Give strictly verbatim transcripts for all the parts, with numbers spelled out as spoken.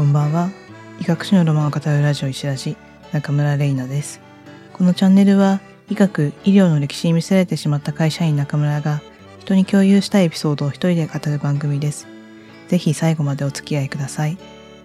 こんばんは。医学史のロマンを語るラジオ石ラジ、中村玲奈です。このチャンネルは医学・医療の歴史に見せられてしまった会社員中村が人に共有したいエピソードを一人で語る番組です。ぜひ最後までお付き合いください。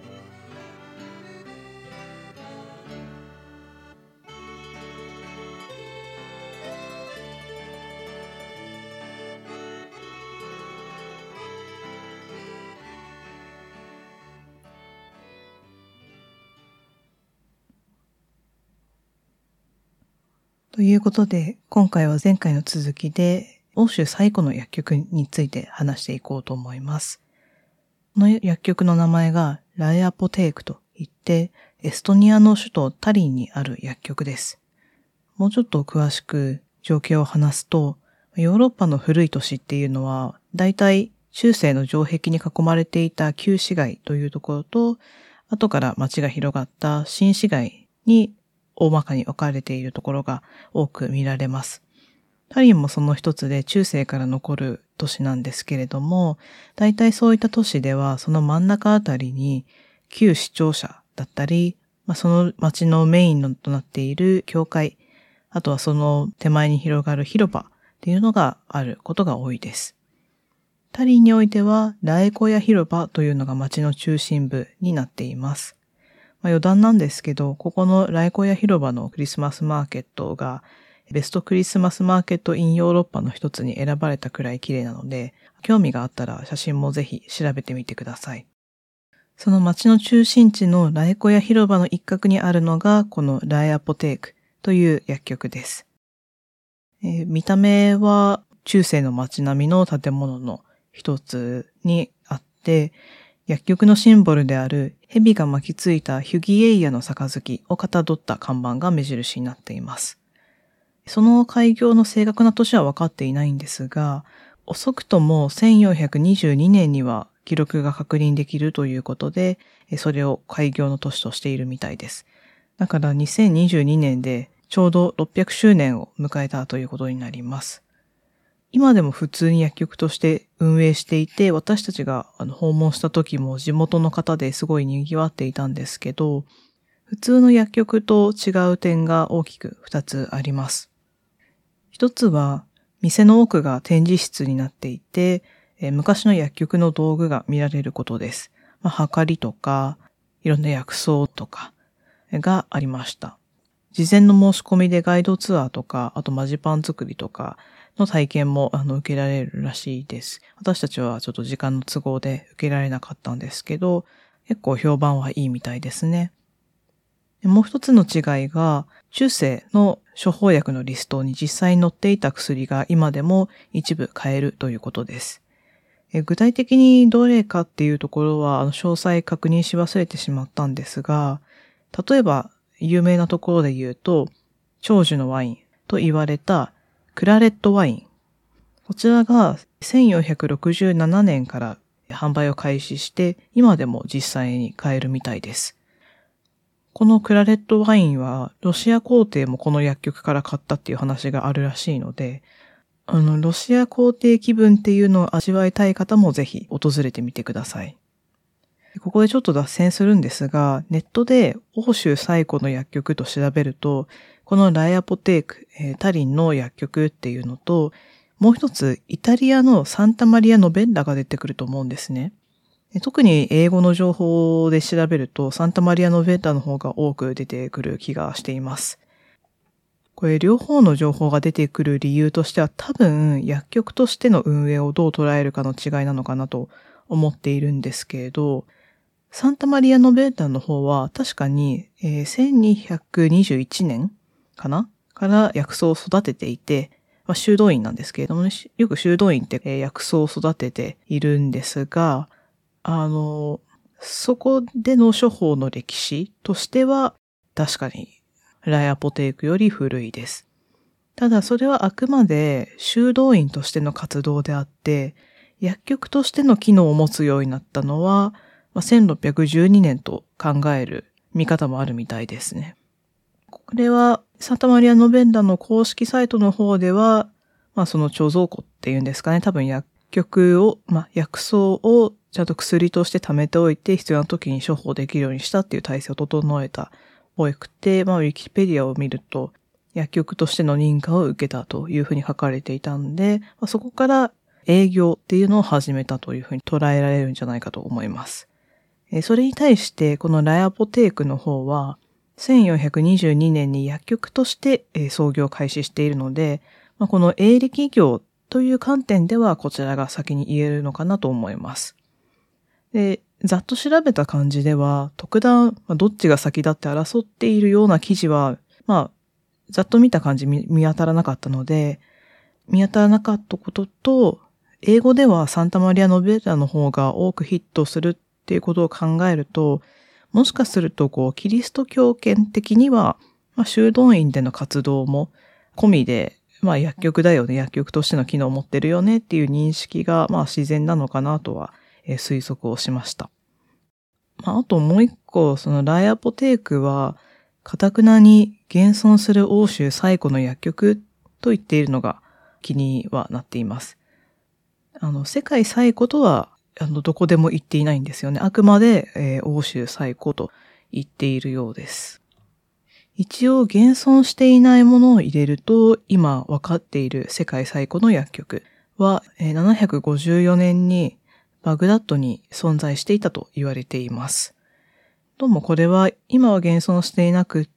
ということで、今回は前回の続きで、欧州最古の薬局について話していこうと思います。この薬局の名前がライアポテークといって、エストニアの首都タリンにある薬局です。もうちょっと詳しく状況を話すと、ヨーロッパの古い都市っていうのは、だいたい中世の城壁に囲まれていた旧市街というところと、後から街が広がった新市街に大まかに分かれているところが多く見られます。タリンもその一つで中世から残る都市なんですけれども、大体そういった都市ではその真ん中あたりに旧市庁舎だったり、まあ、その街のメインとなっている教会、あとはその手前に広がる広場っていうのがあることが多いです。タリンにおいてはラエコヤ広場というのが街の中心部になっています。まあ、余談なんですけど、ここのライコヤ広場のクリスマスマーケットがベストクリスマスマーケットインヨーロッパの一つに選ばれたくらい綺麗なので、興味があったら写真もぜひ調べてみてください。その街の中心地のライコヤ広場の一角にあるのがこのライアポテークという薬局です。えー、見た目は中世の街並みの建物の一つにあって、薬局のシンボルである蛇が巻きついたヒュギエイヤの杯をかたどった看板が目印になっています。その開業の正確な年は分かっていないんですが、遅くともせんよんひゃくにじゅうにねんには記録が確認できるということで、それを開業の年としているみたいです。だからにせんにじゅうにねんでちょうどろっぴゃくしゅうねんを迎えたということになります。今でも普通に薬局として運営していて、私たちが訪問した時も地元の方ですごい賑わっていたんですけど、普通の薬局と違う点が大きくふたつあります。一つは、店の奥が展示室になっていて、え昔の薬局の道具が見られることです。まあ、はかりとか、いろんな薬草とかがありました。事前の申し込みでガイドツアーとか、あとマジパン作りとかの体験もあの受けられるらしいです。私たちはちょっと時間の都合で受けられなかったんですけど、結構評判はいいみたいですね。もう一つの違いが、中世の処方薬のリストに実際に載っていた薬が今でも一部買えるということです。え具体的にどれかっていうところはあの詳細確認し忘れてしまったんですが、例えば有名なところで言うと、長寿のワインと言われたクラレットワイン。こちらがせんよんひゃくろくじゅうななねんから販売を開始して、今でも実際に買えるみたいです。このクラレットワインはロシア皇帝もこの薬局から買ったっていう話があるらしいので、あの、ロシア皇帝気分っていうのを味わいたい方もぜひ訪れてみてください。ここでちょっと脱線するんですが、ネットで欧州最古の薬局と調べると、このライアポテーク、えー、タリンの薬局っていうのと、もう一つイタリアのサンタマリア・ノベッラが出てくると思うんですね。特に英語の情報で調べると、サンタマリア・ノベッラの方が多く出てくる気がしています。これ両方の情報が出てくる理由としては、多分薬局としての運営をどう捉えるかの違いなのかなと思っているんですけれど、サンタマリア・ノベッラの方は確かに、えー、せんにひゃくにじゅういちねんかなから薬草を育てていて、まあ、修道院なんですけれどもね、よく修道院って、えー、薬草を育てているんですが、あの、そこでの処方の歴史としては確かにライアポテークより古いです。ただそれはあくまで修道院としての活動であって、薬局としての機能を持つようになったのは、まあ、せんろっぴゃくじゅうにねんと考える見方もあるみたいですね。これはサンタマリア・ノベッラの公式サイトの方では、まあその貯蔵庫っていうんですかね、多分薬局を、まあ、薬草をちゃんと薬として貯めておいて必要な時に処方できるようにしたっていう体制を整えたっぽくて、まあ、ウィキペディアを見ると、薬局としての認可を受けたというふうに書かれていたんで、まあ、そこから営業っていうのを始めたというふうに捉えられるんじゃないかと思います。えー、それに対して、このライアポテークの方は、せんよんひゃくにじゅうにねんに薬局として、えー、創業を開始しているので、まあ、この営利企業という観点ではこちらが先に言えるのかなと思います。で、ざっと調べた感じでは、特段、まあ、どっちが先だって争っているような記事は、まあ、ざっと見た感じ 見, 見当たらなかったので、見当たらなかったことと、英語ではサンタマリア・ノベッラの方が多くヒットするっていうことを考えると、もしかすると、こう、キリスト教圏的には、まあ、修道院での活動も込みで、まあ、薬局だよね、薬局としての機能を持ってるよねっていう認識が、まあ、自然なのかなとは、えー、推測をしました。まあ、あともう一個、そのライアポテークは、堅くなに現存する欧州最古の薬局と言っているのが気にはなっています。あの、世界最古とは、あの、どこでも言っていないんですよね。あくまで、えー、欧州最古と言っているようです。一応、現存していないものを入れると、今分かっている世界最古の薬局は、えー、ななひゃくごじゅうよねんにバグダッドに存在していたと言われています。どうもこれは今は現存していなくって、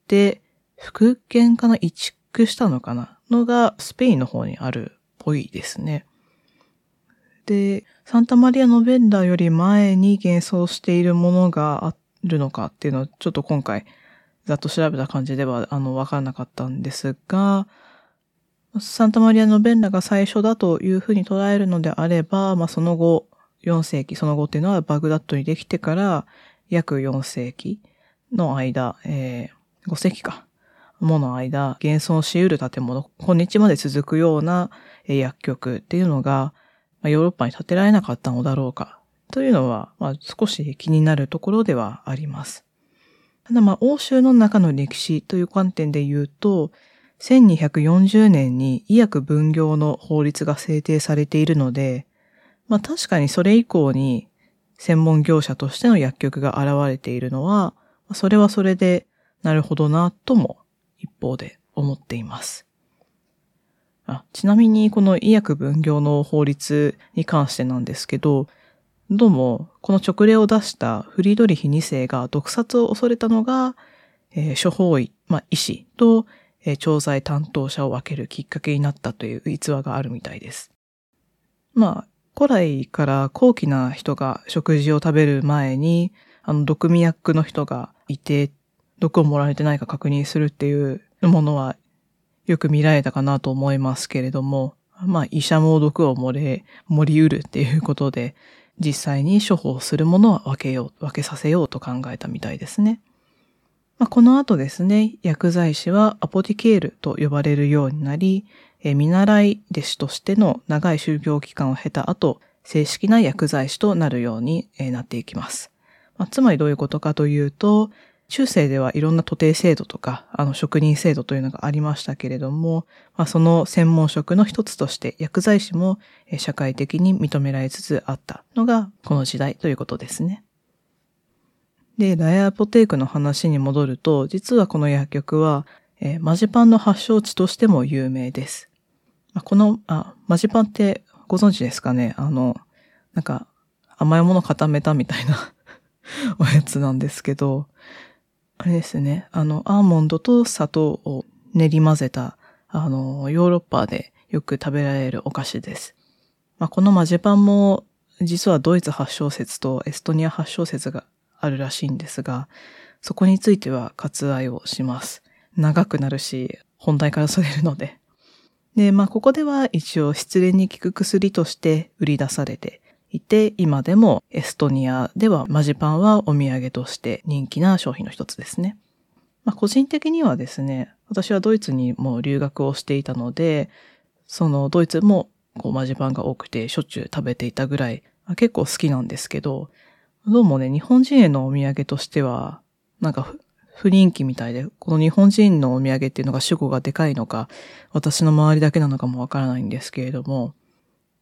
復元かな移築したのかなのがスペインの方にあるっぽいですね。で、サンタマリア・ノベッラより前に現存しているものがあるのかっていうのはちょっと今回ざっと調べた感じではあのわからなかったんですが、サンタマリア・ノベッラが最初だというふうに捉えるのであれば、まあその後よん世紀、その後っていうのはバグダッドにできてから約よん世紀の間、えー、ご世紀か、もの間、現存し得る建物、今日まで続くような薬局っていうのが、まあ、ヨーロッパに建てられなかったのだろうか、というのは、まあ、少し気になるところではあります。ただまあ、欧州の中の歴史という観点で言うと、せんにひゃくよんじゅうねんに医薬分業の法律が制定されているので、まあ確かにそれ以降に専門業者としての薬局が現れているのは、それはそれでなるほどなとも一方で思っています。あ、ちなみにこの医薬分業の法律に関してなんですけど、どうもこの勅令を出したフリードリヒに世が毒殺を恐れたのが、えー、処方医、まあ医師と、えー、調剤担当者を分けるきっかけになったという逸話があるみたいです。まあ古来から高貴な人が食事を食べる前に、あの、毒味役の人がいて、毒を盛られてないか確認するっていうものはよく見られたかなと思いますけれども、まあ、医者も毒を盛れ、盛り得るっていうことで、実際に処方するものは分けよう、分けさせようと考えたみたいですね。まあ、この後ですね、薬剤師はアポティケールと呼ばれるようになり、え見習い弟子としての長い修行期間を経た後、正式な薬剤師となるようになっていきます。まあ、つまりどういうことかというと、中世ではいろんな徒弟制度とか、あの職人制度というのがありましたけれども、まあ、その専門職の一つとして薬剤師も社会的に認められつつあったのがこの時代ということですね。で、ライアポテークの話に戻ると、実はこの薬局は、えー、マジパンの発祥地としても有名です。この、あ、マジパンってご存知ですかね？あの、なんか甘いもの固めたみたいなおやつなんですけど、あれですね、あの、アーモンドと砂糖を練り混ぜた、あの、ヨーロッパでよく食べられるお菓子です。まあ、このマジパンも実はドイツ発祥説とエストニア発祥説があるらしいんですが、そこについては割愛をします。長くなるし、本題からそれるので。で、まあ、ここでは一応失恋に効く薬として売り出されていて、今でもエストニアではマジパンはお土産として人気な商品の一つですね。まあ、個人的にはですね、私はドイツにも留学をしていたので、そのドイツもこうマジパンが多くてしょっちゅう食べていたぐらい、まあ、結構好きなんですけど、どうもね、日本人へのお土産としては、なんか不人気みたいで、この日本人のお土産っていうのが主語がでかいのか、私の周りだけなのかもわからないんですけれども、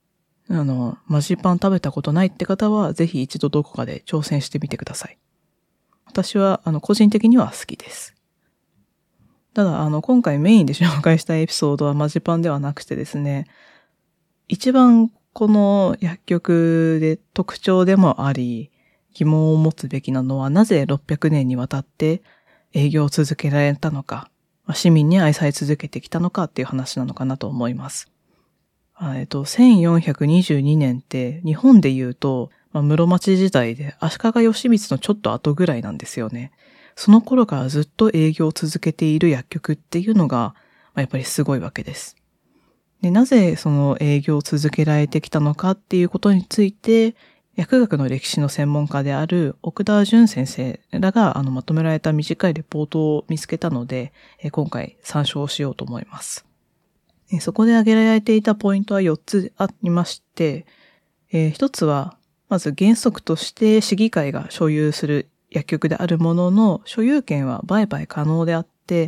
あの、マジパン食べたことないって方は、ぜひ一度どこかで挑戦してみてください。私は、あの、個人的には好きです。ただ、あの、今回メインで紹介したエピソードはマジパンではなくてですね、一番この薬局で特徴でもあり、疑問を持つべきなのは、なぜろっぴゃくねんにわたって営業を続けられたのか、市民に愛され続けてきたのかっていう話なのかなと思います。えっと、せんよんひゃくにじゅうにねんって日本で言うと、まあ、室町時代で足利義満のちょっと後ぐらいなんですよね。その頃からずっと営業を続けている薬局っていうのが、まあ、やっぱりすごいわけです。で、なぜその営業を続けられてきたのかっていうことについて、薬学の歴史の専門家である奥田淳先生らがあのまとめられた短いレポートを見つけたので、今回参照しようと思います。そこで挙げられていたポイントはよっつありまして、ひとつは、まず原則として市議会が所有する薬局であるものの、所有権は売買可能であって、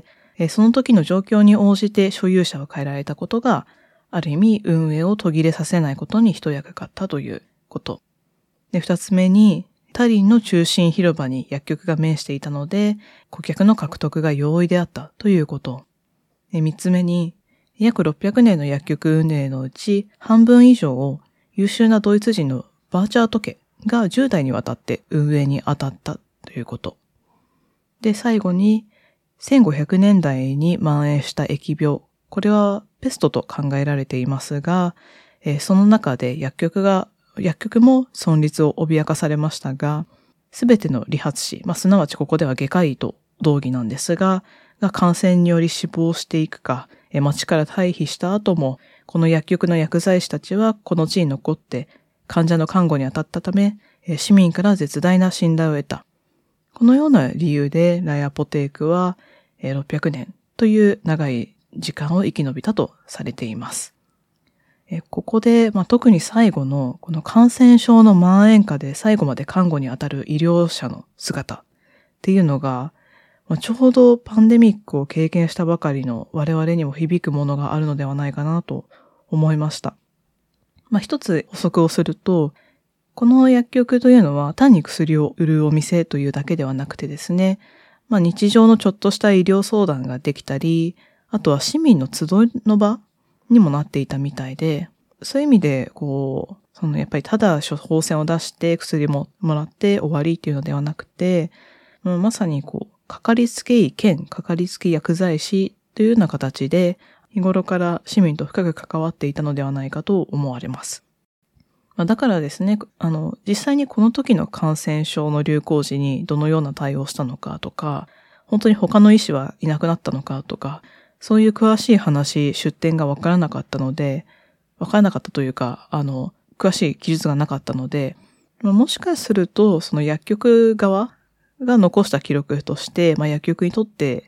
その時の状況に応じて所有者を変えられたことが、ある意味運営を途切れさせないことに一役買ったということ。で、二つ目に、タリンの中心広場に薬局が面していたので、顧客の獲得が容易であったということ。で、三つ目に、約ろっぴゃくねんの薬局運営のうち半分以上を優秀なドイツ人のバーチャート家がじゅうだいにわたって運営に当たったということ。で、最後にせんごひゃくねんだいに蔓延した疫病。これはペストと考えられていますが、えー、その中で薬局が、薬局も存立を脅かされましたが、すべての理髪師、まあ、すなわちここでは外科医と同義なんですが、が感染により死亡していくか、町から退避した後も、この薬局の薬剤師たちはこの地に残って患者の看護に当たったため、市民から絶大な信頼を得た。このような理由でライアポテークはろっぴゃくねんという長い時間を生き延びたとされています。ここで、まあ、特に最後のこの感染症の蔓延下で最後まで看護に当たる医療者の姿っていうのが、ちょうどパンデミックを経験したばかりの我々にも響くものがあるのではないかなと思いました。まあ、一つ補足をすると、この薬局というのは単に薬を売るお店というだけではなくてですね、まあ、日常のちょっとした医療相談ができたり、あとは市民の集いの場にもなっていたみたいで、そういう意味で、こう、そのやっぱりただ処方箋を出して薬ももらって終わりっていうのではなくて、もうまさにこう、かかりつけ医兼かかりつけ薬剤師というような形で日頃から市民と深く関わっていたのではないかと思われます。だからですね、あの、実際にこの時の感染症の流行時にどのような対応をしたのかとか、本当に他の医師はいなくなったのかとか、そういう詳しい話、出典がわからなかったので、わからなかったというか、あの、詳しい記述がなかったので、もしかするとその薬局側が残した記録として、まあ、薬局にとって、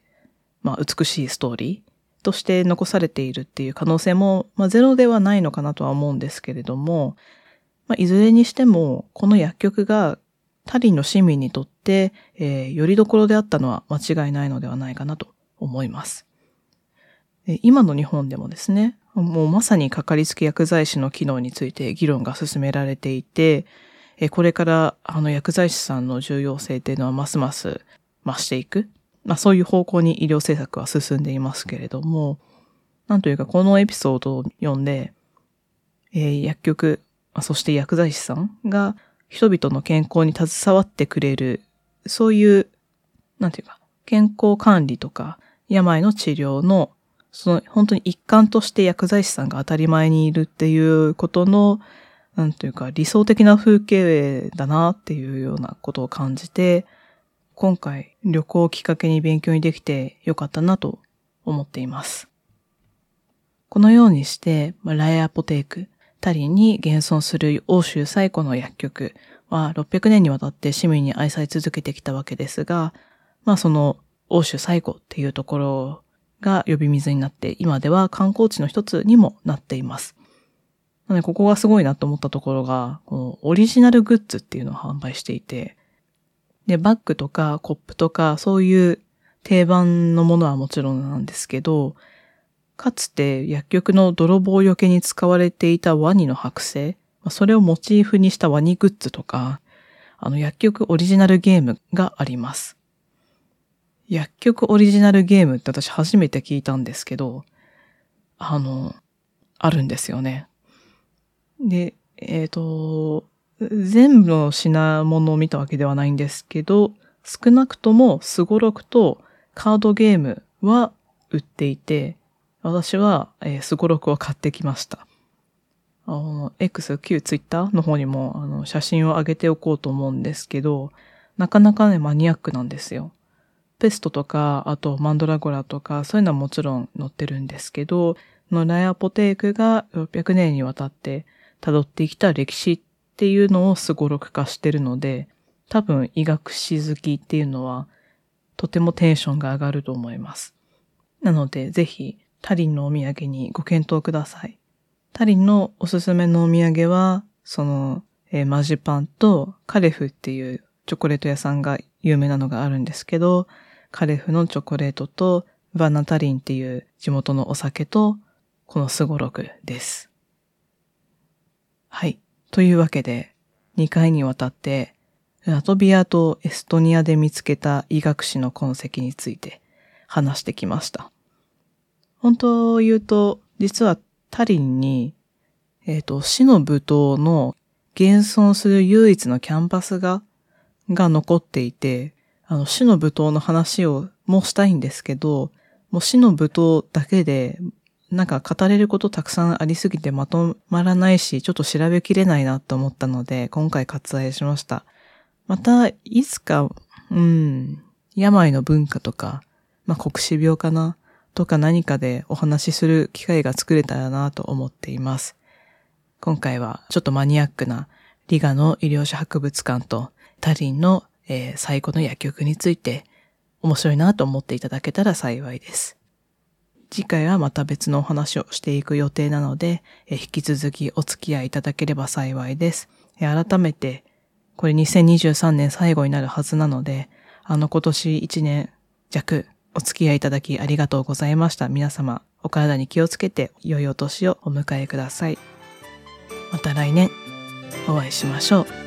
まあ、美しいストーリーとして残されているっていう可能性も、まあ、ゼロではないのかなとは思うんですけれども、まあ、いずれにしても、この薬局がタリンの市民にとって、えー、よりどころであったのは間違いないのではないかなと思います。今の日本でもですね、もうまさにかかりつけ薬剤師の機能について議論が進められていて、これからあの薬剤師さんの重要性っていうのはますます増していく。まあそういう方向に医療政策は進んでいますけれども、なんというかこのエピソードを読んで、えー、薬局、そして薬剤師さんが人々の健康に携わってくれる、そういう、なんていうか、健康管理とか病の治療のその本当に一環として薬剤師さんが当たり前にいるっていうことのなんというか理想的な風景だなっていうようなことを感じて、今回旅行をきっかけに勉強にできてよかったなと思っています。このようにして、ライアポテーク、タリンに現存する欧州最古の薬局はろっぴゃくねんにわたって市民に愛され続けてきたわけですが、まあその欧州最古っていうところが呼び水になって今では観光地の一つにもなっています。なのでここがすごいなと思ったところが、こうオリジナルグッズっていうのを販売していて、で、バッグとかコップとかそういう定番のものはもちろんなんですけど、かつて薬局の泥棒よけに使われていたワニの剥製、 それをモチーフにしたワニグッズとか、あの薬局オリジナルゲームがあります。薬局オリジナルゲームって私初めて聞いたんですけど、あの、あるんですよね。で、えっと、全部の品物を見たわけではないんですけど、少なくともスゴロクとカードゲームは売っていて、私はスゴロクを買ってきました。あの、X、旧ツイッターの方にもあの写真を上げておこうと思うんですけど、なかなかね、マニアックなんですよ。ペストとか、あとマンドラゴラとか、そういうのはもちろん載ってるんですけど、のライアポテークがろっぴゃくねんにわたって辿ってきた歴史っていうのをスゴロク化してるので、多分医学史好きっていうのはとてもテンションが上がると思います。なのでぜひタリンのお土産にご検討ください。タリンのおすすめのお土産は、その、えー、マジパンとカレフっていうチョコレート屋さんが有名なのがあるんですけど、カレフのチョコレートとバナタリンっていう地元のお酒とこのスゴロクです。はい。というわけで、にかいにわたって、ラトビアとエストニアで見つけた医学史の痕跡について話してきました。本当を言うと、実はタリンに、えっと、死の舞踏の現存する唯一のキャンパスが、が残っていて、あの、死の舞踏の話をもうしたいんですけど、もう死の舞踏だけで、なんか語れることたくさんありすぎてまとまらないし、ちょっと調べきれないなと思ったので、今回割愛しました。また、いつか、うん、病の文化とか、まあ、黒死病かな、とか何かでお話しする機会が作れたらなと思っています。今回はちょっとマニアックなリガの医療史博物館とタリンの、えー、最古の薬局について面白いなと思っていただけたら幸いです。次回はまた別のお話をしていく予定なので、えー、引き続きお付き合いいただければ幸いです。えー、改めてこれにせんにじゅうさんねん最後になるはずなので、あの今年いちねん弱お付き合いいただきありがとうございました。皆様お体に気をつけて良いお年をお迎えください。また来年お会いしましょう。